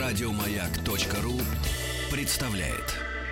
Радиомаяк.ру представляет.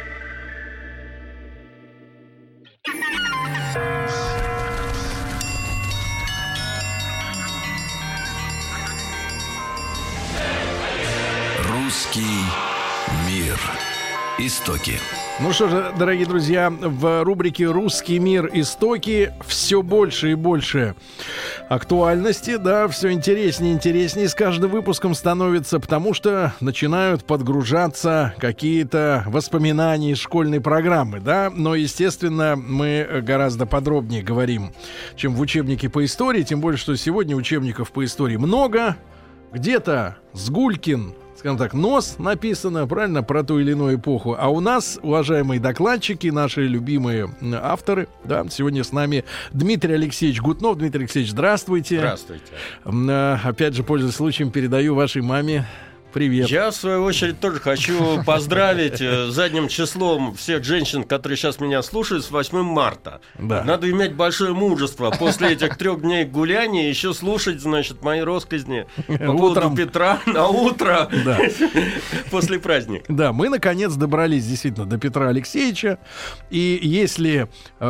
Русский мир. Истоки. Ну что же, дорогие друзья, в рубрике «Русский мир. Истоки» все больше и больше актуальности, да, все интереснее и интереснее с каждым выпуском становится, потому что начинают подгружаться какие-то воспоминания из школьной программы, да, но, естественно, мы гораздо подробнее говорим, чем в учебнике по истории, тем более, что сегодня учебников по истории много, где-то Сгулькин, скажем так, нос написано, правильно, про ту или иную эпоху. А у нас, уважаемые докладчики, наши любимые авторы, да, сегодня с нами Дмитрий Алексеевич Гутнов. Дмитрий Алексеевич, здравствуйте. Здравствуйте. Опять же, пользуясь случаем, передаю вашей маме привет. Я, в свою очередь, тоже хочу поздравить задним числом всех женщин, которые сейчас меня слушают, с 8 марта. Да. Надо иметь большое мужество после этих 3 дней гуляния еще слушать, значит, мои россказни по поводу Петра на утро после праздника. Да, мы, наконец, добрались действительно до Петра Алексеевича. И если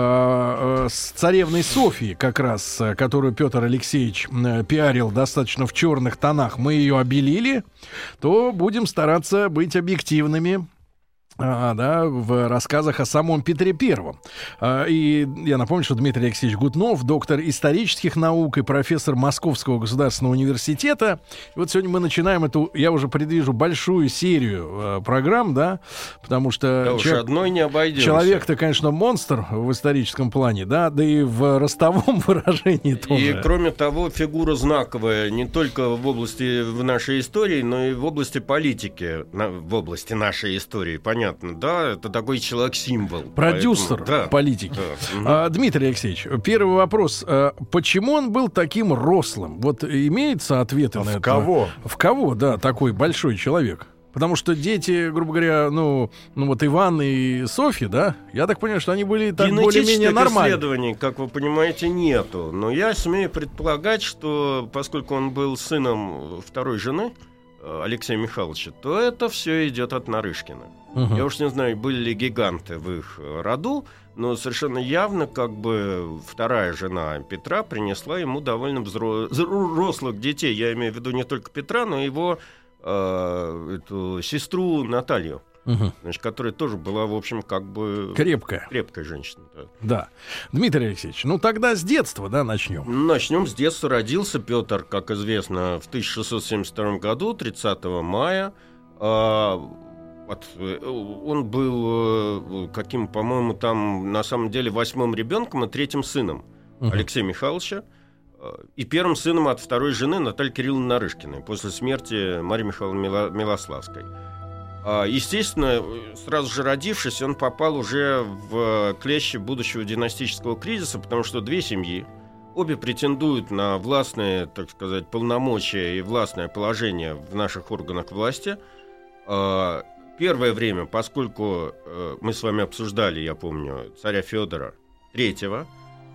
с царевной Софьей, как раз, которую Петр Алексеевич пиарил достаточно в черных тонах, мы ее обелили, то будем стараться быть объективными, да, в рассказах о самом Петре Первом. И я напомню, что Дмитрий Алексеевич Гутнов, доктор исторических наук и профессор Московского государственного университета. И вот сегодня мы начинаем эту, я уже предвижу, большую серию программ, да, потому что да уж одной не обойдемся. Человек-то, конечно, монстр в историческом плане, да и в ростовом выражении тоже. И, кроме того, фигура знаковая не только в области нашей истории, но и в области политики, в области нашей истории, понятно. Да, это такой человек-символ. Продюсер поэтому, политики. Да. Дмитрий Алексеевич, первый вопрос. Почему он был таким рослым? Вот имеется ответы на это? В кого? В кого, да, такой большой человек? Потому что дети, грубо говоря, ну вот Иван и Софья, да, я так понимаю, что они были так более-менее нормальны. Исследований, как вы понимаете, нету. Но я смею предполагать, что поскольку он был сыном второй жены Алексея Михайловича, то это все идет от Нарышкина. Я уж не знаю, были ли гиганты в их роду, но совершенно явно, как бы, вторая жена Петра принесла ему довольно взрослых детей. Я имею в виду не только Петра, но и его эту сестру Наталью. Значит, которая тоже была, в общем, как бы крепкая женщина. Да. Дмитрий Алексеевич, ну тогда с детства, да, начнем. Начнем с детства. Родился Петр, как известно, в 1672 году, 30 мая. Он был каким, по-моему, там на самом деле 8-м ребенком и 3-м сыном Алексея Михайловича. И первым сыном от второй жены Натальи Кирилловны Нарышкиной после смерти Марии Михайловны Милославской. Естественно, сразу же родившись, он попал уже в клещи будущего династического кризиса, потому что 2 семьи, обе претендуют на властные, так сказать, полномочия и властное положение в наших органах власти. Первое время, поскольку мы с вами обсуждали, я помню, царя Федора III,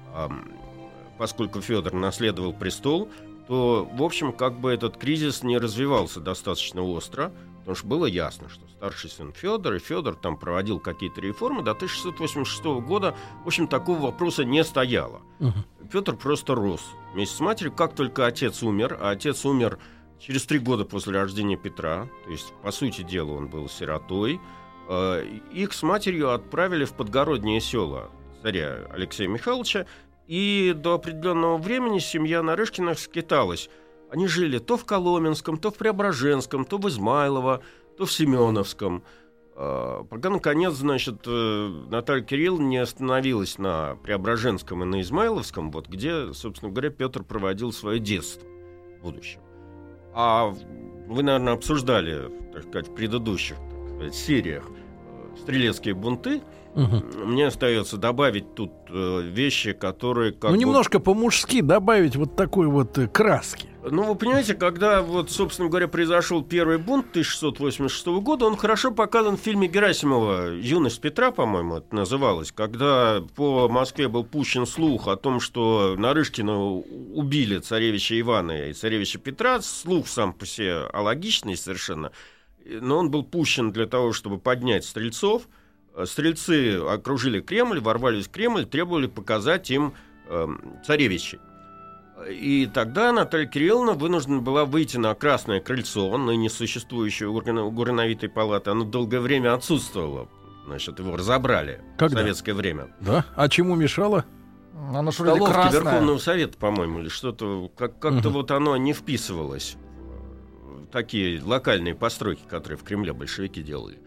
поскольку Федор наследовал престол, то, в общем, как бы этот кризис не развивался достаточно остро, потому что было ясно, что старший сын Федор, и Федор там проводил какие-то реформы, до 1686 года, в общем, такого вопроса не стояло. Петр просто рос вместе с матерью, как только отец умер, а отец умер через 3 года после рождения Петра, то есть, по сути дела, он был сиротой, их с матерью отправили в подгородние села царя Алексея Михайловича, и до определенного времени семья Нарышкиных скиталась. Они жили то в Коломенском, то в Преображенском, то в Измайлово, то в Семеновском. Пока, наконец, значит, Наталья Кирилловна не остановилась на Преображенском и на Измайловском, вот где, собственно говоря, Петр проводил свое детство в будущем. А вы, наверное, обсуждали, так сказать, в предыдущих, так сказать, сериях стрелецкие бунты. Мне остается добавить тут вещи, которые... немножко по-мужски добавить вот такой вот краски. Ну, вы понимаете, когда, вот, собственно говоря, произошел первый бунт 1686 года, он хорошо показан в фильме Герасимова «Юность Петра», по-моему, это называлось, когда по Москве был пущен слух о том, что Нарышкина убили царевича Ивана и царевича Петра. Слух сам по себе алогичный совершенно. но он был пущен для того, чтобы поднять стрельцов. Стрельцы окружили Кремль, ворвались в Кремль, требовали показать им царевичей. И тогда Наталья Кирилловна вынуждена была выйти на Красное крыльцо, ныне существующее у Гурановитой палаты. Оно долгое время отсутствовало. Значит, его разобрали в советское время. Да? А чему мешало? Оно что, вроде Столовки красное. Верховного Совета, по-моему, или что-то. Как-то вот оно не вписывалось в такие локальные постройки, которые в Кремле большевики делали.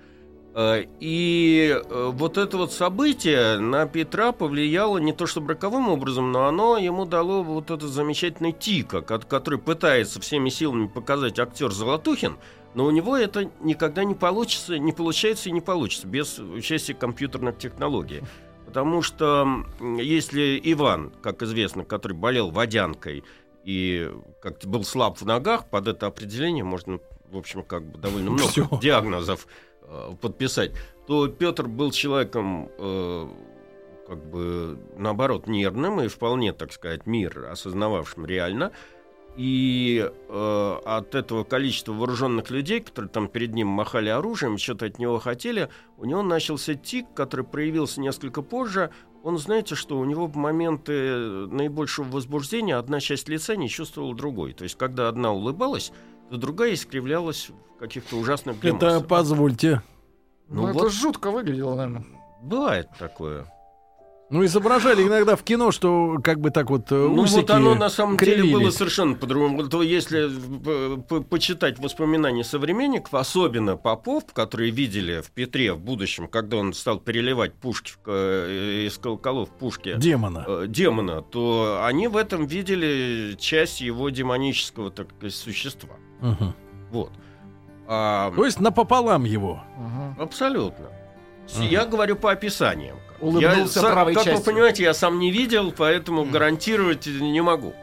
И вот это вот событие на Петра повлияло не то что роковым образом, но оно ему дало вот этот замечательный тик, который пытается всеми силами показать актер Золотухин, но у него это никогда не получится и не получится без участия компьютерных технологий. Потому что если Иван, как известно, который болел водянкой и как-то был слаб в ногах, под это определение можно, в общем, как бы довольно много диагнозов подписать, то Петр был человеком, как бы, наоборот, нервным и вполне, так сказать, мир осознававшим реально. И от этого количества вооруженных людей, которые там перед ним махали оружием, что-то от него хотели, у него начался тик, который проявился несколько позже. Он, знаете, что у него в моменты наибольшего возбуждения одна часть лица не чувствовала другой. То есть, когда одна улыбалась, то другая искривлялась в каких-то ужасных гримасах. Это позвольте. Ну, это жутко выглядело, наверное. Бывает такое. Ну, изображали иногда в кино, что как бы так вот ну, усики вот оно на самом деле было кривились. совершенно по-другому. То если почитать воспоминания современников, особенно попов, которые видели в Петре в будущем, когда он стал переливать пушки из колоколов пушки демона, то они в этом видели часть его демонического, так сказать, существа. Угу. Вот. То есть напополам его. Абсолютно. Я говорю по описаниям. Улыбнулся правой частью. Как вы понимаете, я сам не видел, поэтому гарантировать не могу.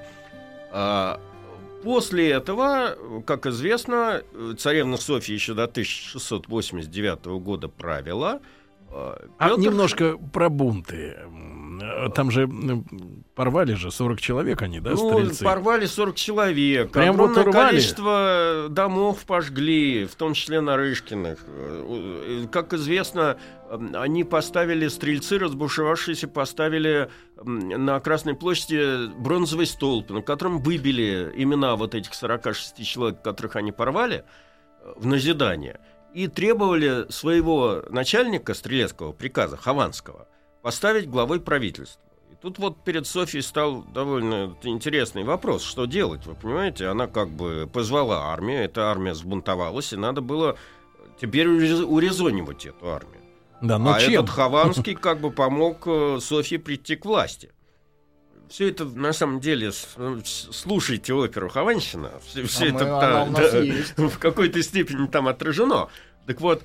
После этого, как известно, царевна Софья еще до 1689 года правила. Немножко про бунты. Там же порвали же 40 человек они, да, стрельцы? Порвали 40 человек. Прям огромное вот урвали? количество домов пожгли, в том числе Нарышкиных. Как известно, они поставили, стрельцы, разбушевавшиеся, поставили на Красной площади бронзовый столб, на котором выбили имена вот этих 46 человек, которых они порвали, в назидание. И требовали своего начальника стрелецкого приказа, Хованского, поставить главой правительства. И тут вот перед Софьей стал довольно интересный вопрос, что делать, вы понимаете? Она как бы позвала армию, эта армия взбунтовалась, и надо было теперь урезонивать эту армию. Да, но чем? Этот Хованский как бы помог Софье прийти к власти. Все это, на самом деле, слушайте оперу «Хованщина», все это в какой-то степени там отражено. Так вот,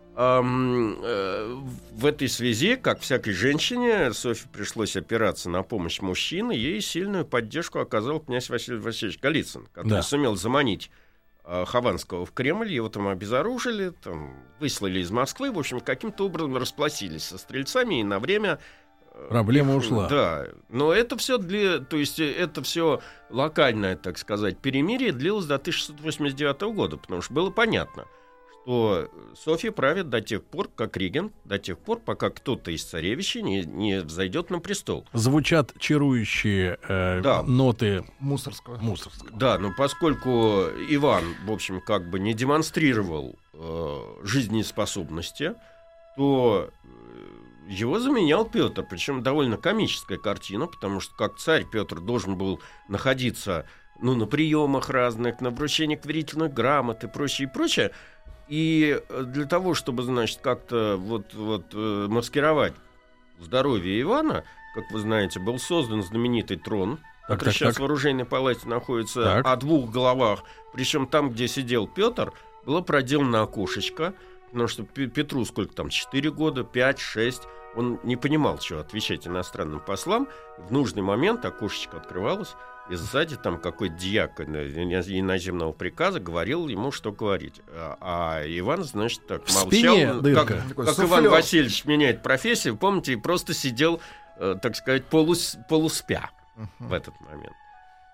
в этой связи, как всякой женщине, Софье пришлось опираться на помощь мужчин, и ей сильную поддержку оказал князь Василий Васильевич Голицын, который сумел заманить Хованского в Кремль, его там обезоружили, там, выслали из Москвы, в общем, каким-то образом расплатились со стрельцами, и на время... Проблема ушла. Да, но это все то есть это все локальное, так сказать, перемирие длилось до 1689 года, потому что было понятно, что Софья правит до тех пор, как регент, до тех пор, пока кто-то из царевичей не взойдет на престол. Звучат чарующие ноты Мусорского. Да, но поскольку Иван, в общем, как бы не демонстрировал жизнеспособности, то его заменял Петр, причем довольно комическая картина, потому что как царь Петр должен был находиться на приемах разных, на вручении верительных грамот и прочее, и прочее. И для того, чтобы, значит, как-то маскировать здоровье Ивана, как вы знаете, был создан знаменитый трон, который сейчас в оружейной палате находится, о двух головах. Причем там, где сидел Петр, было проделано окошечко, потому что Петру сколько там, 4 года, 5, 6, он не понимал, что отвечать иностранным послам. В нужный момент окошечко открывалось, и сзади там какой-то дьякон иноземного приказа говорил ему, что говорить. А Иван, значит, так молчал, как Иван Васильевич меняет профессию, помните, и просто сидел, так сказать, полуспя в этот момент.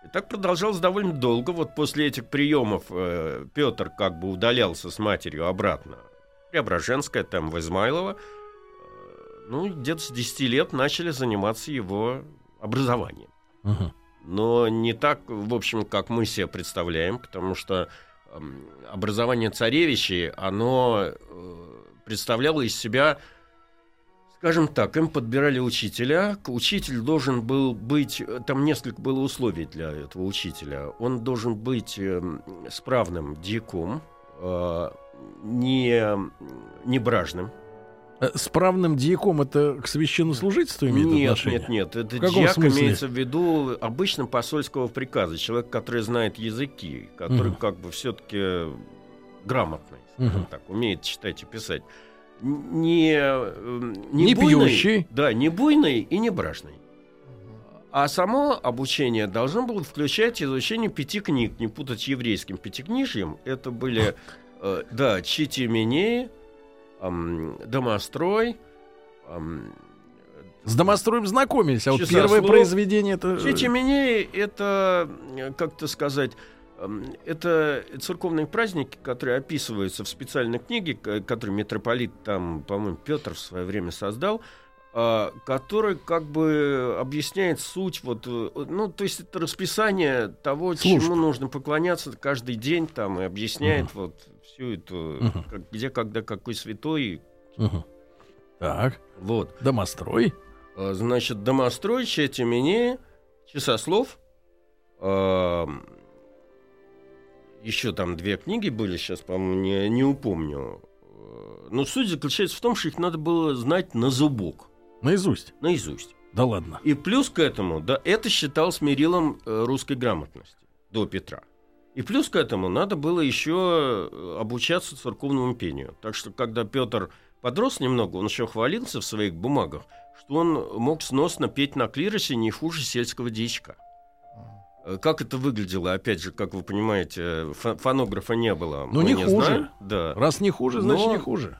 И так продолжалось довольно долго. Вот после этих приемов Петр как бы удалялся с матерью обратно. Преображенская, там в Измайлово. Ну, где-то с 10 лет начали заниматься его образованием. Но не так, в общем, как мы себе представляем, потому что образование царевичей, оно представляло из себя, скажем так, им подбирали учителя. Учитель должен был быть, там несколько было условий для этого учителя. Он должен быть справным дьяком, не бражным. Справным дьяком это к священнослужительству имеет отношение? Нет. Это дьяк имеется в виду обычно посольского приказа. Человек, который знает языки, который как бы все-таки грамотный, скажем так, умеет читать и писать. Не буйный, пьющий. Да, не буйный и не бражный. А само обучение должно было включать изучение 5 книг, не путать с еврейским пятикнижьем. Это были, Чити Минеи, Домострой. С Домостроем знакомились, а вот первое произведение это... Чити Минеи — это, как-то сказать, это церковные праздники, которые описываются в специальной книге, которую митрополит, там, по-моему, Петр в свое время создал, который как бы объясняет суть, то есть это расписание того, чему нужно поклоняться каждый день, там, и объясняет всю эту, где, когда, какой святой. Так, вот. Домострой. Значит, Домострой, Чити Минеи, Часослов. Еще там 2 книги были, сейчас, по-моему, не упомню. Но суть заключается в том, что их надо было знать на зубок. Наизусть? Наизусть. Да ладно. И плюс к этому, это считалось мерилом русской грамотности до Петра. И плюс к этому надо было еще обучаться церковному пению. Так что, когда Петр подрос немного, он еще хвалился в своих бумагах, что он мог сносно петь на клиросе не хуже сельского дьячка. Как это выглядело? Опять же, как вы понимаете, фонографа не было. Ну, не хуже. Знаем. Да. Раз не хуже, значит не хуже.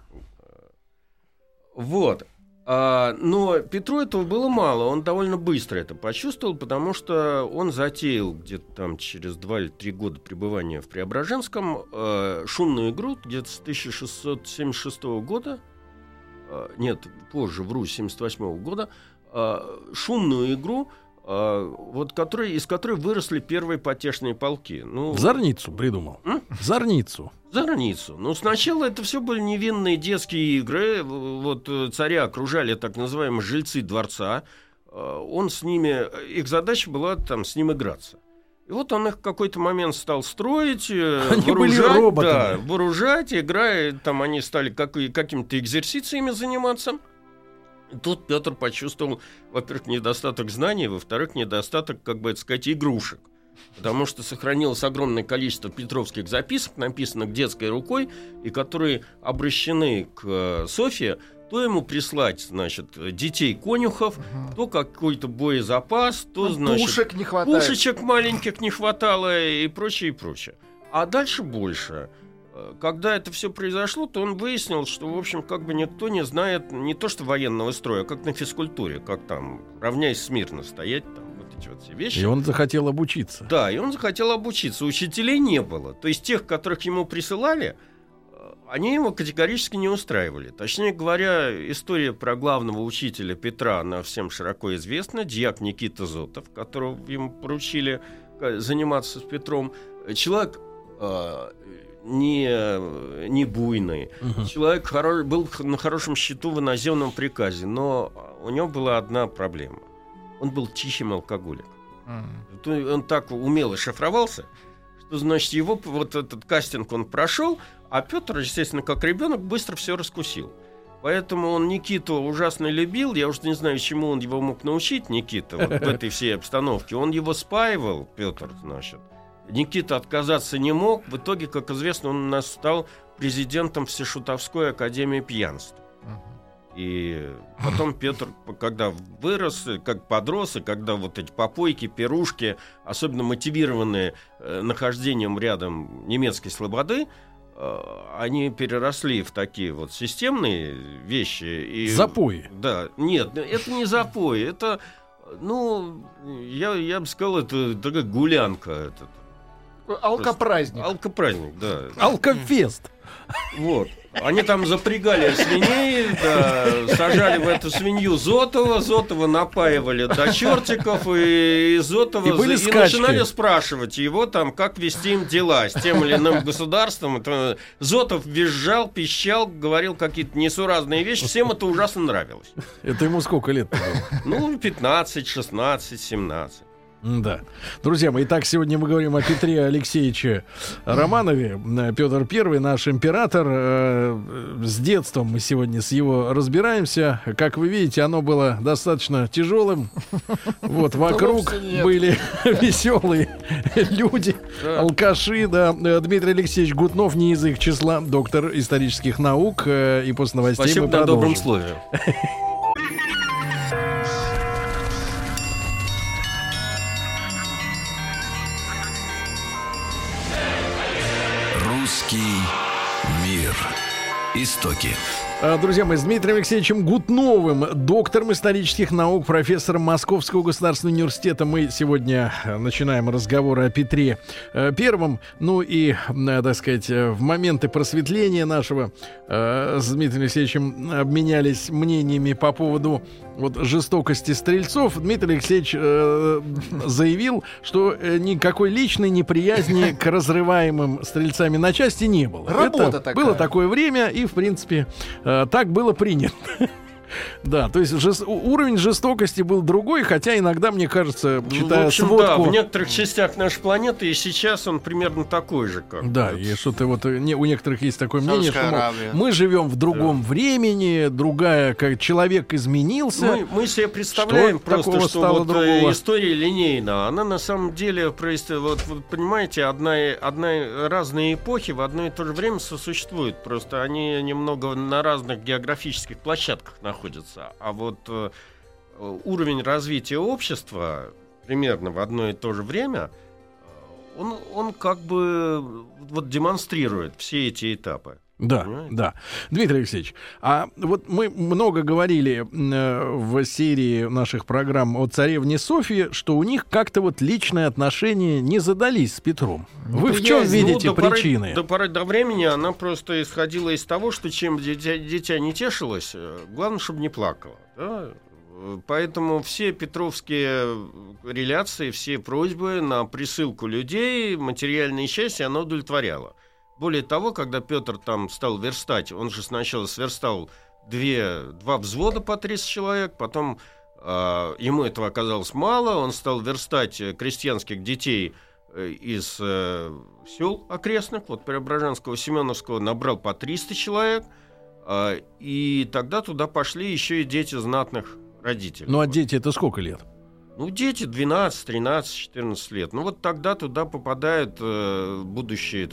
Вот. Но Петру этого было мало. Он довольно быстро это почувствовал, потому что он затеял где-то там через 2 или 3 года пребывания в Преображенском шумную игру, где-то с 1676 года. Нет, позже, вру, 78 года. Шумную игру, из которой выросли первые потешные полки. Зарницу придумал. Зарницу. Сначала это все были невинные детские игры. Царя окружали так называемые жильцы дворца. Он с ними, их задача была там с ним играться. И вот он их в какой-то момент стал строить, вооружать, играя. Там они стали какими-то экзерсициями заниматься. И тут Петр почувствовал, во-первых, недостаток знаний, во-вторых, недостаток, как бы это сказать, игрушек. Потому что сохранилось огромное количество петровских записок, написанных детской рукой, и которые обращены к Софье, то ему прислать, значит, детей-конюхов, то какой-то боезапас, то, значит, пушек не хватает. Пушечек маленьких не хватало и прочее, и прочее. А дальше больше. Когда это все произошло, то он выяснил, что, в общем, как бы никто не знает не то что военного строя, а как на физкультуре, как там, равняясь смирно стоять, там, вот эти вот все вещи. И он захотел обучиться. Да, и он захотел обучиться. Учителей не было. То есть тех, которых ему присылали, они его категорически не устраивали. Точнее говоря, история про главного учителя Петра, она всем широко известна. Дьяк Никита Зотов, которого ему поручили заниматься с Петром. Человек не буйный. Человек был на хорошем счету в иноземном приказе, но у него была одна проблема. Он был тихим алкоголиком. Он так умело шифровался, что, значит, его вот этот кастинг он прошел, а Петр, естественно, как ребенок, быстро все раскусил. Поэтому он Никиту ужасно любил. Я уже не знаю, чему он его мог научить, Никита, вот в этой всей обстановке. Он его спаивал, Петр, значит. Никита отказаться не мог. В итоге, как известно, он у нас стал президентом Всешутовской академии пьянства. И потом Петр, когда вырос, как подрос, и когда вот эти попойки, пирушки, особенно мотивированные нахождением рядом немецкой слободы, они переросли в такие вот системные вещи. И, запои? Да, нет, это не запои, это Ну, я бы сказал, это такая гулянка. Алкопраздник. Алкопраздник, да. Алкофест. Вот. Они там запрягали свиней, да, сажали в эту свинью Зотова напаивали до чертиков, и Зотова И были и скачки. начинали спрашивать его там, как вести им дела с тем или иным государством. Это Зотов визжал, пищал, говорил какие-то несуразные вещи. Всем это ужасно нравилось. Это ему сколько лет было? Ну, 15, 16, 17. Да. Друзья мои, итак, сегодня мы говорим о Петре Алексеевиче Романове. Петр I, наш император. С детством мы сегодня с его разбираемся. Как вы видите, оно было достаточно тяжелым. Вот, вокруг были веселые люди, алкаши, да. Дмитрий Алексеевич Гутнов, не из их числа, доктор исторических наук. И после новостей Спасибо мы на продолжим. добром слове. Русский мир. Истоки. Друзья мои, с Дмитрием Алексеевичем Гутновым, доктором исторических наук, профессором Московского государственного университета, мы сегодня начинаем разговор о Петре Первом. Ну и, так сказать, в моменты просветления нашего с Дмитрием Алексеевичем обменялись мнениями по поводу вот жестокости стрельцов. Дмитрий Алексеевич заявил, что никакой личной неприязни к разрываемым стрельцами на части не было. Работа Это такая. было такое время, и, в принципе, так было принято. Да, то есть уровень жестокости был другой, хотя иногда, мне кажется, читая в общем, сводку... да, в некоторых частях нашей планеты и сейчас он примерно такой же, как... Да, и что-то вот у некоторых есть такое мнение, Саудовская что Аравия. мы живем в другом времени, другая, как человек изменился. Мы себе представляем Что просто, такого что стало вот другого? история линейна, она на самом деле, вот, понимаете, разные эпохи в одно и то же время сосуществуют. Просто они немного на разных географических площадках находятся. А вот уровень развития общества примерно в одно и то же время, он как бы вот демонстрирует все эти этапы. Да, Понимаете? да. Дмитрий Алексеевич, а вот мы много говорили в серии наших программ о царевне Софье, что у них как-то вот личные отношения не задались с Петром. Вы в чем видите причины? До поры до времени она просто исходила из того, что чем дитя не тешилось, главное, чтобы не плакало. Да? Поэтому все петровские реляции, все просьбы на присылку людей, материальные счастья она удовлетворяла. Более того, когда Петр там стал верстать, он же сначала сверстал два взвода по 30 человек, потом ему этого оказалось мало, он стал верстать крестьянских детей из сел окрестных, вот Преображенского, Семеновского, набрал по 300 человек, и тогда туда пошли еще и дети знатных родителей. Ну а дети это сколько лет? Ну, дети 12, 13, 14 лет. Ну, вот тогда туда попадает будущий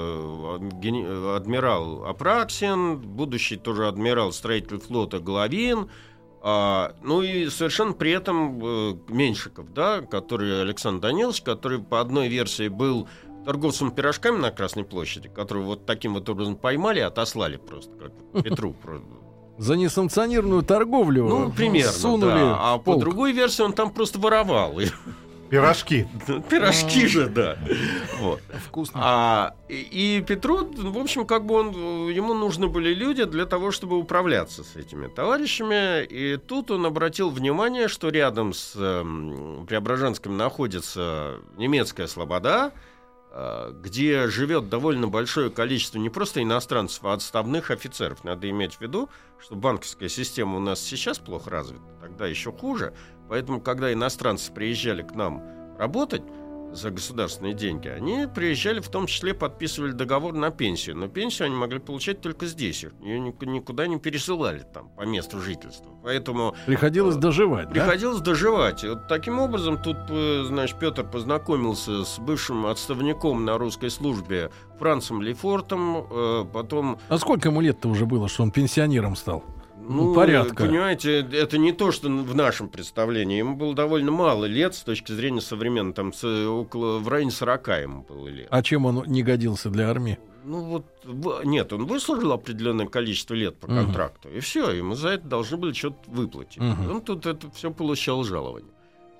адмирал Апраксин, будущий тоже адмирал, строитель флота Головин, ну и совершенно при этом Меньшиков, да, который Александр Данилович, который по одной версии был торговцем пирожками на Красной площади, которого вот таким вот образом поймали и отослали просто, как Петру. За несанкционированную торговлю Ну, примерно, сунули да. А в по полк. другой версии он там просто воровал. Пирожки. Пирожки же, да. Вот. Вкусно. И Петру, в общем, как бы ему нужны были люди для того, чтобы управляться с этими товарищами. И тут он обратил внимание, что рядом с Преображенским находится немецкая слобода, где живет довольно большое количество не просто иностранцев, а отставных офицеров. Надо иметь в виду, что банковская система у нас сейчас плохо развита, тогда еще хуже. Поэтому, когда иностранцы приезжали к нам работать за государственные деньги, они приезжали, в том числе подписывали договор на пенсию. Но пенсию они могли получать только здесь. Ее никуда не пересылали там, по месту жительства. Поэтому Приходилось доживать, да? приходилось доживать. И вот таким образом тут, значит, Петр познакомился с бывшим отставником на русской службе Францем Лефортом, потом... А сколько ему лет-то уже было, что он пенсионером стал? Ну, порядка. Понимаете, это не то, что в нашем представлении. Ему было довольно мало лет с точки зрения современной. Там в районе 40 ему было лет. А чем он не годился для армии? Ну вот, нет, он выслужил определенное количество лет по контракту. И все, ему за это должны были что-то выплатить. Он тут это все получал жалование.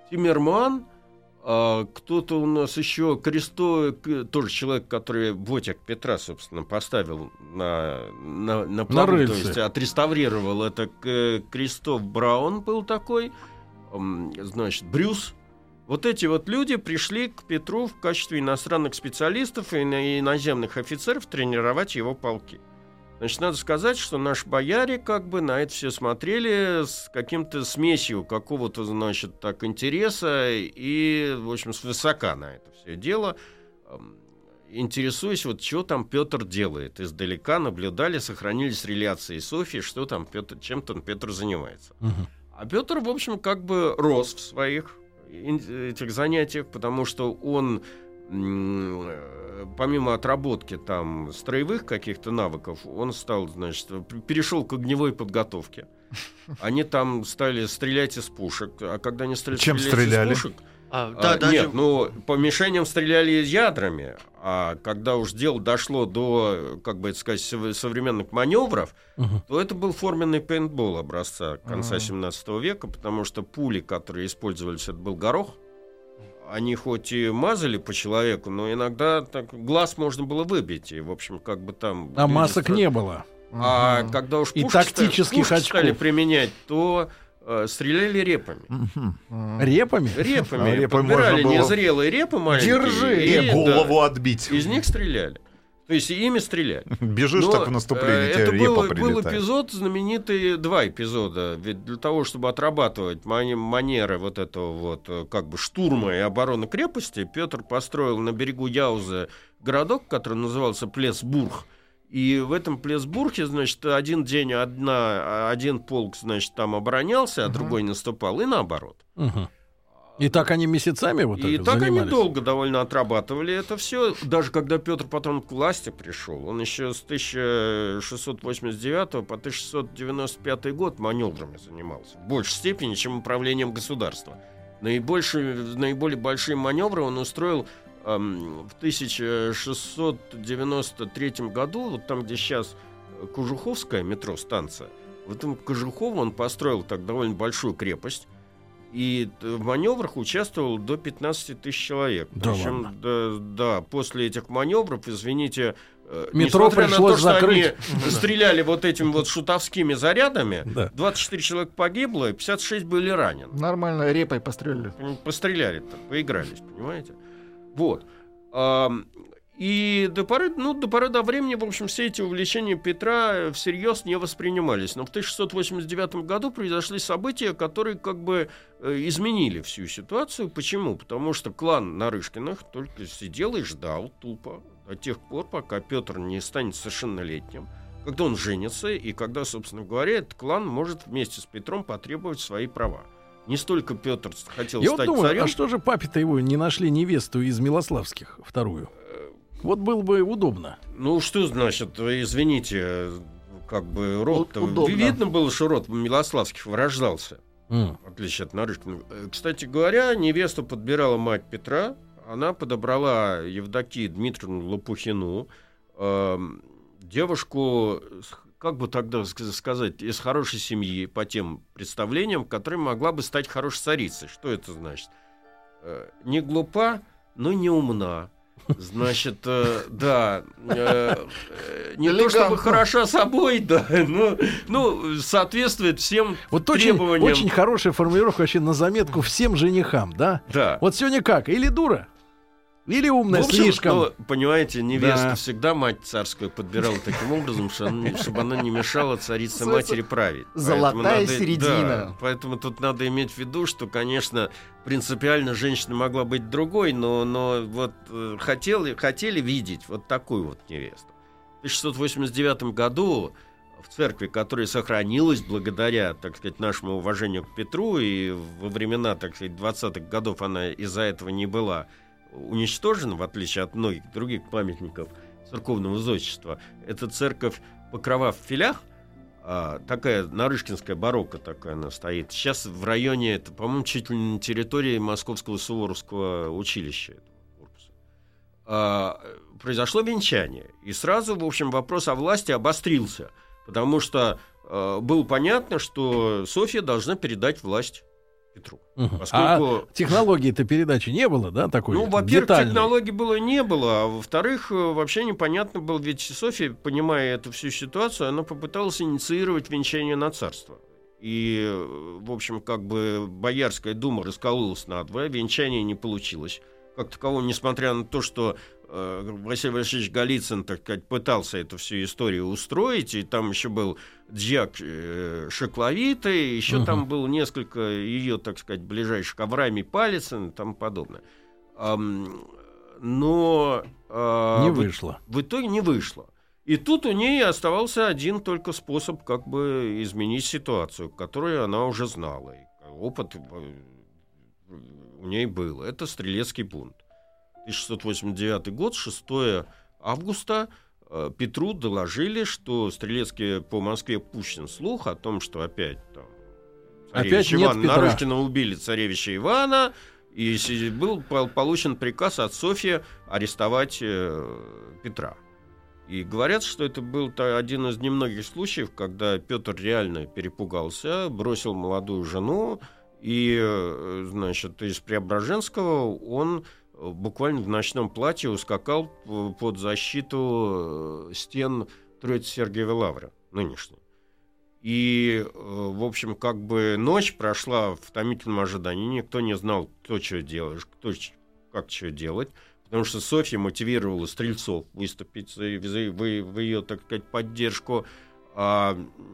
Тиммерман, кто-то у нас еще, тоже человек, который Вотик Петра, собственно, поставил на плаву, то есть отреставрировал это. Кристоф Браун был такой, значит, Брюс. Вот эти вот люди пришли к Петру в качестве иностранных специалистов и иноземных офицеров тренировать его полки. Значит, надо сказать, что наши бояре как бы на это все смотрели с каким-то смесью какого-то, значит, так, интереса и, в общем, свысока на это все дело. Интересуясь, вот что там Петр делает. Издалека наблюдали, сохранились реляции Софьи, что там Петр, чем там Петр занимается. А Петр, в общем, как бы рос в своих этих занятиях, потому что он, помимо отработки там строевых каких-то навыков, он стал, значит, перешел к огневой подготовке. Они там стали стрелять из пушек. А когда они стали стрелять из пушек... Нет, ну, по мишеням стреляли ядрами, а когда уж дело дошло до, как бы это сказать, современных маневров, то это был форменный пейнтбол образца конца 17 века, потому что пули, которые использовались, это был горох. Они хоть и мазали по человеку, но иногда так, глаз можно было выбить, и, в общем, как бы там... А масок не было. А когда уж пушки стали применять, то... стреляли репами. Репами? Репами. Подбирали незрелые репы маленькие. Держи! И голову отбить. Из них стреляли. То есть ими стреляли. Бежишь так в наступлении, тебе репа прилетает. Был эпизод знаменитый, 2 эпизода. Ведь для того, чтобы отрабатывать манеры вот этого вот как бы штурма и обороны крепости, Петр построил на берегу Яузы городок, который назывался Плесбург. И в этом Плесбурге, значит, один день один полк, значит, там оборонялся, а другой наступал, и наоборот. И так они месяцами вот и так так занимались? Они долго довольно отрабатывали это все. Даже когда Петр потом к власти пришел, он еще с 1689 по 1695 год маневрами занимался. В большей степени, чем управлением государства. Наиболее большие маневры он устроил в 1693 году, вот там, где сейчас Кожуховская метро-станция, в этом Кожухово он построил так довольно большую крепость, и в маневрах участвовал до 15 тысяч человек. Да, причем, да, после этих маневров, извините, метро пришлось закрыть. Они стреляли вот этими вот шутовскими зарядами, 24 человека погибло, и 56 были ранены. Нормально, репой постреляли. Постреляли-то, поигрались, понимаете? Вот. И до поры до времени, в общем, все эти увлечения Петра всерьез не воспринимались. Но в 1689 году произошли события, которые как бы изменили всю ситуацию. Почему? Потому что клан Нарышкиных только сидел и ждал тупо до тех пор, пока Петр не станет совершеннолетним, когда он женится, и когда, собственно говоря, этот клан может вместе с Петром потребовать свои права. Не столько Петр хотел стать царем. А что же папе-то его не нашли невесту из Милославских, вторую? Вот было бы удобно. Ну, что значит, извините, как бы род-то... Видно было, что род Милославских вырождался, в отличие от Нарышкиных. Кстати говоря, невесту подбирала мать Петра. Она подобрала Евдокию Дмитриевну Лопухину, девушку... как бы тогда сказать, из хорошей семьи, по тем представлениям, которая могла бы стать хорошей царицей. Что это значит? Не глупа, но не умна. Значит, да, не то чтобы хороша собой, да, но соответствует всем требованиям. Очень хорошая формулировка вообще на заметку всем женихам, да? Да. Вот сегодня как? Или дура? Или умная, слишком. Ну, понимаете, невеста всегда мать царскую подбирала таким образом, чтобы она не мешала царице-матери править. Золотая середина. Да, поэтому тут надо иметь в виду, что, конечно, принципиально женщина могла быть другой, но вот хотели видеть вот такую вот невесту. В 1689 году в церкви, которая сохранилась благодаря, так сказать, нашему уважению к Петру, и во времена, так сказать, 20-х годов она из-за этого не была уничтожена, в отличие от многих других памятников церковного зодчества. Это церковь Покрова в Филях, такая нарышкинская барокко такая она стоит. Сейчас в районе, это, по-моему, чуть ли не на территории Московского Суворовского училища. Произошло венчание. И сразу, в общем, вопрос о власти обострился, потому что было понятно, что Софья должна передать власть Петру. Поскольку... А технологии-то передачи не было, да, такой? Ну, во-первых, технологий не было, а во-вторых, вообще непонятно было, ведь Софья, понимая эту всю ситуацию, она попыталась инициировать венчание на царство. И, в общем, как бы Боярская дума раскололась надвое, венчание не получилось. Как такового, несмотря на то, что Василий Васильевич Голицын, так сказать, пытался эту всю историю устроить, и там еще был дьяк Шекловитый, еще там было несколько ее, так сказать, ближайших, Авраамий Палицын и тому подобное. Но не вышло. В итоге не вышло. И тут у нее оставался один только способ как бы изменить ситуацию, которую она уже знала. И опыт у ней был. Это Стрелецкий бунт. 1689 год, 6 августа, Петру доложили, что Стрелецкий по Москве пущен слух о том, что опять там царевич Иван Нарышкина убили царевича Ивана, и был получен приказ от Софьи арестовать Петра. И говорят, что это был один из немногих случаев, когда Петр реально перепугался, бросил молодую жену, и, значит, из Преображенского он буквально в ночном платье ускакал под защиту стен Троице-Сергиевой лавры нынешней. И, в общем, как бы ночь прошла в томительном ожидании. Никто не знал, кто что делает, как что делать. Потому что Софья мотивировала стрельцов выступить в ее, так сказать, поддержку. А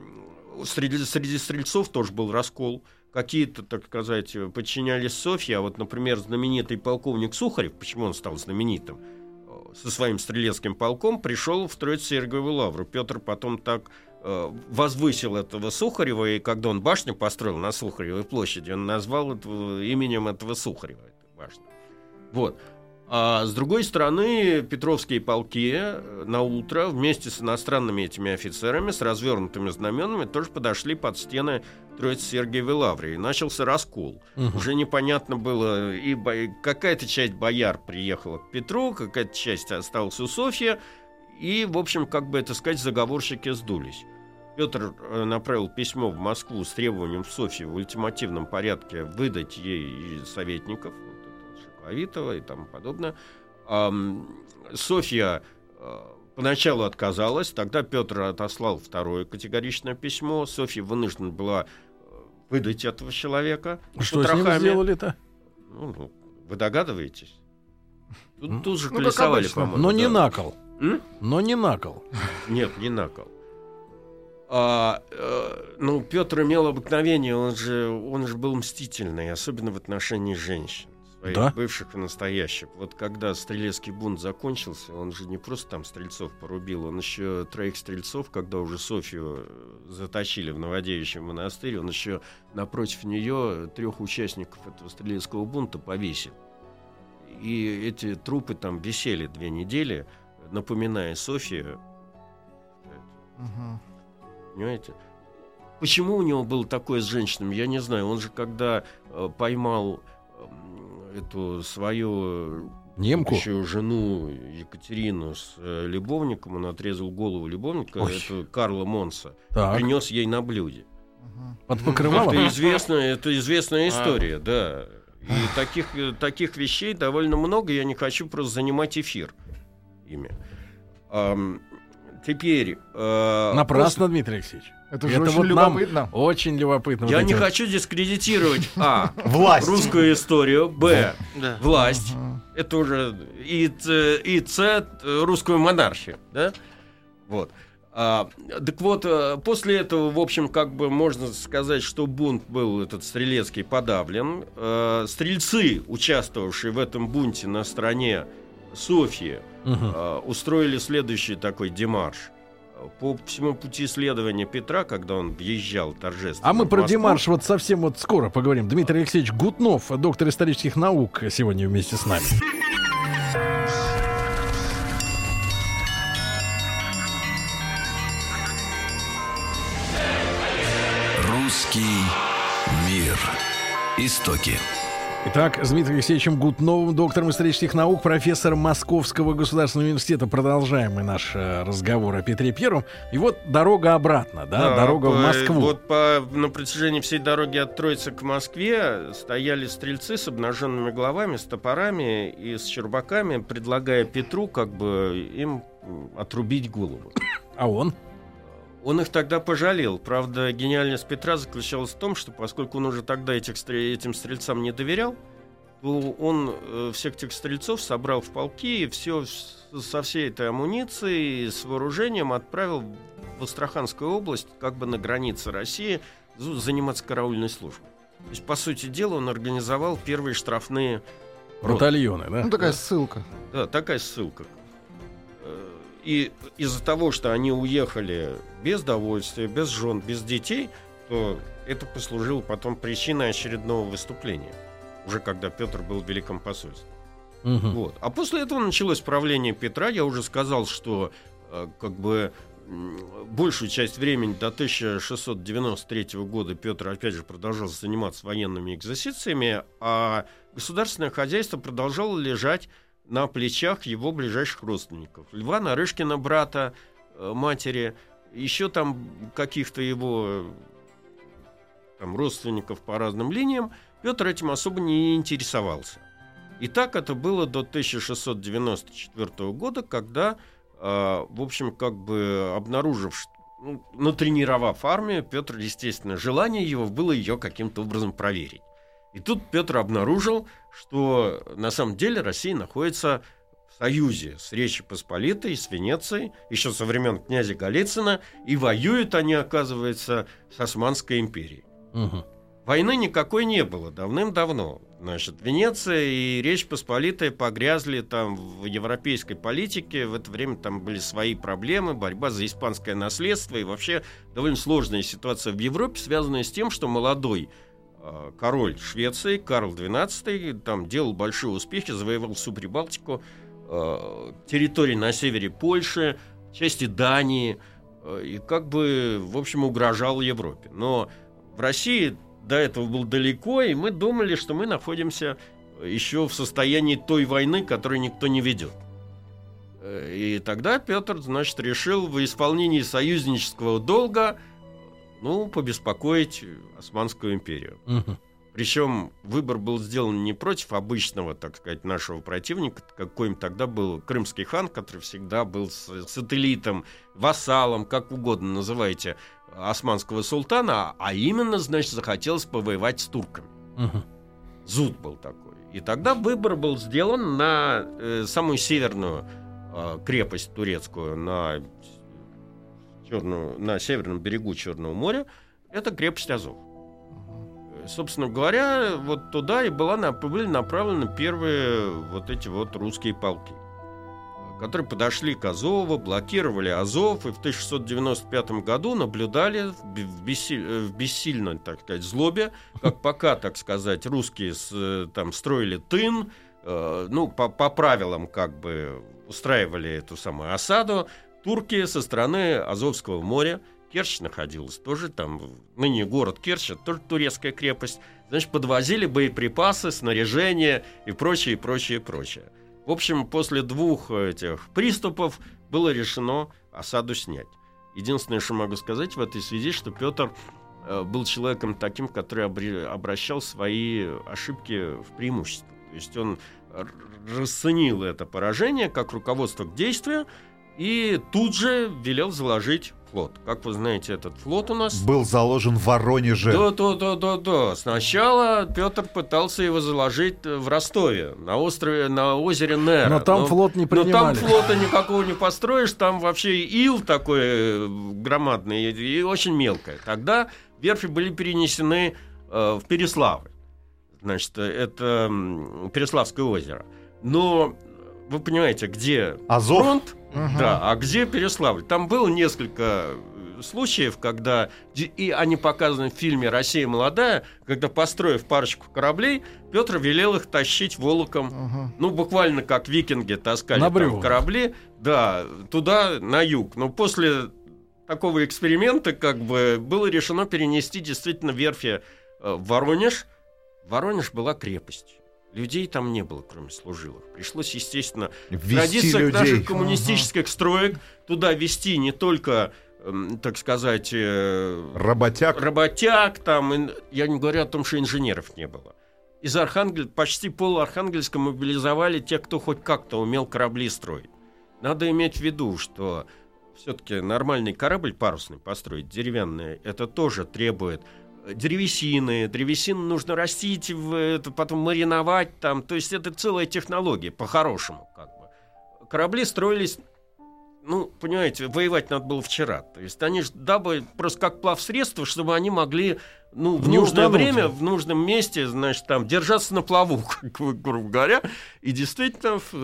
среди стрельцов тоже был раскол. Какие-то, так сказать, подчинялись Софье, а вот, например, знаменитый полковник Сухарев, почему он стал знаменитым, со своим стрелецким полком пришел в Троице-Сергиевую лавру. Петр потом так возвысил этого Сухарева, и когда он башню построил на Сухаревой площади, он назвал именем этого Сухарева эту башню. Вот. А с другой стороны, петровские полки на утро вместе с иностранными этими офицерами с развернутыми знаменами тоже подошли под стены Троице-Сергиевой лавры. И начался раскол. Уже непонятно было, и какая-то часть бояр приехала к Петру, какая-то часть осталась у Софьи, и, в общем, как бы это сказать, заговорщики сдулись. Петр направил письмо в Москву с требованием Софьи в ультимативном порядке выдать ей советников, Шекловитого и тому подобное. Софья поначалу отказалась, тогда Петр отослал второе категоричное письмо. Софья вынуждена была выдать этого человека. Что с ним сделали-то? Ну, вы догадываетесь? Тут же колесовали, по-моему. Но не на кол. Но не на кол. Нет, не на кол. Ну, Петр имел обыкновение, он же был мстительный, особенно в отношении женщин, своих бывших и настоящих. Вот когда Стрелецкий бунт закончился, он же не просто там стрельцов порубил, он еще 3 стрельцов, когда уже Софью заточили в Новодевичий монастырь, он еще напротив нее 3 участников этого Стрелецкого бунта повесил. И эти трупы там висели 2 недели, напоминая Софье. Понимаете? Почему у него было такое с женщинами, я не знаю. Он же когда поймал эту свою будущую жену Екатерину с любовником, он отрезал голову любовника, это Карла Монса, принес ей на блюде. Под покрывалом? Это известная история, да. И таких вещей довольно много. Я не хочу просто занимать эфир ими. Теперь... Напрасно, Дмитрий Алексеевич. Это же очень любопытно. Очень любопытно. Я не хочу дискредитировать власть, русскую историю, власть, это уже и русскую монархию, да? Вот. Так вот, после этого, в общем, как бы можно сказать, что бунт был этот Стрелецкий подавлен. Стрельцы, участвовавшие в этом бунте на стороне Софьи, устроили следующий такой демарш. По всему пути следования Петра, когда он въезжал торжественно. А мы про демарш вот совсем вот скоро поговорим. Дмитрий Алексеевич Гутнов, доктор исторических наук, сегодня вместе с нами. Русский мир. Истоки. Итак, с Дмитрием Алексеевичем Гутновым, доктором исторических наук, профессором Московского государственного университета. Продолжаем мы наш разговор о Петре Первом. И вот дорога обратно, да, дорога в Москву. Вот на протяжении всей дороги от Троицы к Москве стояли стрельцы с обнаженными головами, с топорами и с чербаками, предлагая Петру как бы им отрубить голову. А он? Он их тогда пожалел. Правда, гениальность Петра заключалась в том, что поскольку он уже тогда этим стрельцам не доверял, то он всех этих стрельцов собрал в полки и все со всей этой амуницией, с вооружением отправил в Астраханскую область, как бы на границе России, заниматься караульной службой. То есть, по сути дела, он организовал первые штрафные батальоны, да? Ну, такая ссылка. Да, такая ссылка. И из-за того, что они уехали без довольствия, без жен, без детей, то это послужило потом причиной очередного выступления, уже когда Петр был в Великом посольстве. Угу. Вот. А после этого началось правление Петра. Я уже сказал, что как бы большую часть времени до 1693 года Петр, опять же, продолжал заниматься военными экзерцициями, а государственное хозяйство продолжало лежать на плечах его ближайших родственников. Льва Нарышкина, брата, матери, еще там каких-то его там, родственников по разным линиям. Петр этим особо не интересовался. И так это было до 1694 года, когда, в общем, как бы обнаружив, натренировав армию, Петр, естественно, желание его было ее каким-то образом проверить. И тут Петр обнаружил, что на самом деле Россия находится в союзе с Речью Посполитой, с Венецией, еще со времен князя Голицына, и воюют они, оказывается, с Османской империей. Угу. Войны никакой не было давным-давно. Значит, Венеция и Речь Посполитая погрязли там в европейской политике. В это время там были свои проблемы, борьба за испанское наследство и вообще довольно сложная ситуация в Европе, связанная с тем, что молодой король Швеции Карл XII там делал большие успехи, завоевал всю Прибалтику, территории на севере Польши, части Дании, и как бы, в общем, угрожал Европе. Но в России до этого было далеко, и мы думали, что мы находимся еще в состоянии той войны, которую никто не ведет. И тогда Петр, значит, решил в исполнении союзнического долга побеспокоить Османскую империю. Угу. Причем выбор был сделан не против обычного, так сказать, нашего противника, каким тогда был крымский хан, который всегда был сателлитом, вассалом, как угодно называйте, османского султана, а именно, значит, захотелось повоевать с турками. Угу. Зуд был такой. И тогда выбор был сделан на самую северную крепость турецкую на северном берегу Черного моря. Это крепость Азов. Собственно говоря, вот туда и были направлены первые вот эти вот русские полки, которые подошли к Азову, блокировали Азов, и в 1695 году наблюдали в бессильной, так сказать, злобе, как пока, так сказать, русские там строили тын, по правилам как бы устраивали эту самую осаду, турки со стороны Азовского моря, Керчь находилась тоже там, ныне город Керчь, тоже турецкая крепость, значит, подвозили боеприпасы, снаряжение и прочее, и прочее, и прочее. В общем, после двух этих приступов было решено осаду снять. Единственное, что могу сказать в этой связи, что Петр был человеком таким, который обращал свои ошибки в преимущество. То есть он расценил это поражение как руководство к действию и тут же велел заложить флот. Как вы знаете, этот флот у нас был заложен в Воронеже. Да. Сначала Петр пытался его заложить в Ростове, на озере Нера. Но там флот не принимали. Но там флота никакого не построишь, там вообще ил такой громадный и очень мелкое. Тогда верфи были перенесены в Переславль. Значит, это Переславское озеро. Но вы понимаете, где Азов? Фронт, да, а где Переславль? Там было несколько случаев, когда, и они показаны в фильме «Россия молодая», когда, построив парочку кораблей, Петр велел их тащить волоком, буквально как викинги таскали там корабли, да, туда, на юг. Но после такого эксперимента как бы было решено перенести действительно верфи в Воронеж, Воронеж была крепость. Людей там не было, кроме служилых. Пришлось, естественно, в Вести традициях людей. наших коммунистических строек туда вести не только, так сказать, работяг там, я не говорю о том, что инженеров не было. Из почти пол-Архангельска мобилизовали тех, кто хоть как-то умел корабли строить. Надо иметь в виду, что все-таки нормальный корабль парусный построить, деревянный, это тоже требует древесины. Древесину нужно растить, потом мариновать там. То есть это целая технология, по-хорошему как бы. Корабли строились, понимаете, воевать надо было вчера. То есть они дабы просто как плавсредство, чтобы они могли, в нужное время, в нужном месте, значит, там держаться на плаву, грубо говоря. И действительно, в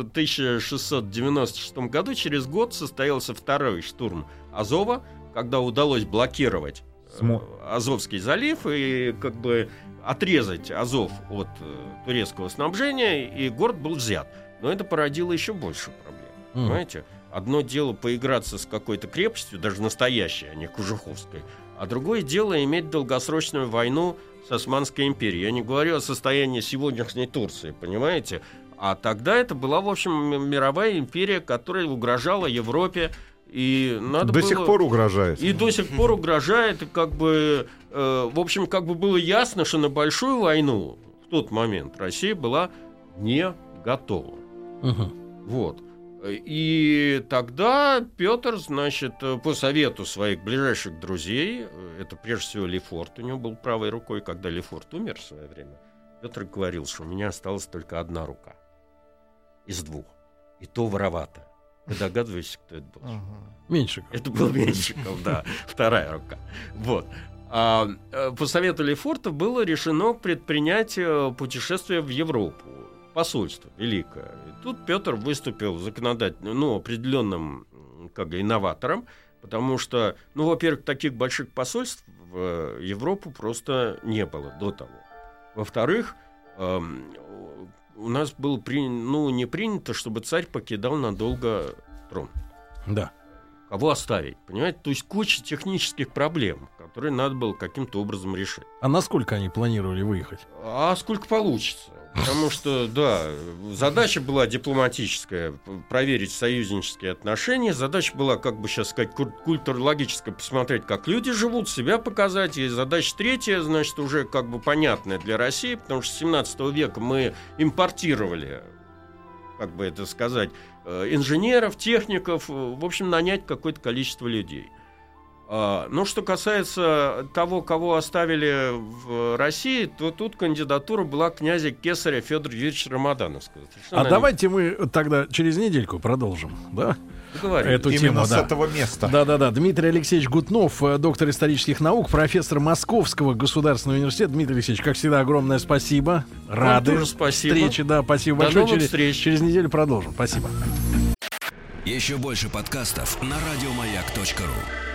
1696 году, через год, состоялся второй штурм Азова, когда удалось блокировать Азовский залив и как бы отрезать Азов от турецкого снабжения, и город был взят. Но это породило еще большую проблему. Понимаете? Одно дело поиграться с какой-то крепостью, даже настоящей, а не Кожуховской, а другое дело иметь долгосрочную войну с Османской империей. Я не говорю о состоянии сегодняшней Турции, понимаете? А тогда это была, в общем, мировая империя, которая угрожала Европе. И до сих пор угрожает. И до сих пор угрожает. И как бы, в общем, как бы было ясно, что на большую войну в тот момент Россия была не готова. Вот. И тогда Петр, значит, по совету своих ближайших друзей, это прежде всего Лефорт, у него был правой рукой, когда Лефорт умер в свое время, Петр говорил, что у меня осталась только одна рука из двух, и то воровато. Вы догадываетесь, кто это был? Меньшиков. Это был Меньшиков, да, вторая рука. Вот. А по совету Лефорта было решено предпринять путешествие в Европу. Посольство великое. И тут Петр выступил законодательным, определенным инноватором, потому что, во-первых, таких больших посольств в Европу просто не было до того. Во-вторых, у нас было не принято, чтобы царь покидал надолго трон. Да. Кого оставить, понимаете? То есть куча технических проблем, которые надо было каким-то образом решить. А насколько они планировали выехать? А сколько получится? Потому что, да, задача была дипломатическая, проверить союзнические отношения. Задача была, как бы сейчас сказать, культурологическая, посмотреть, как люди живут, себя показать. И задача третья, значит, уже как бы понятная для России, потому что с 17 века мы импортировали, как бы это сказать, инженеров, техников, в общем, нанять какое-то количество людей. Но что касается того, кого оставили в России, то тут кандидатура была князя Кесаря Федора Юрьевича Рамадановского. Давайте мы тогда через недельку продолжим, да? Эту именно тему, с этого места. Да. Дмитрий Алексеевич Гутнов, доктор исторических наук, профессор Московского государственного университета. Дмитрий Алексеевич, как всегда, огромное спасибо. Рады встрече. Да, спасибо большое. Через неделю продолжим. Спасибо. Еще больше подкастов на радиомаяк.ру.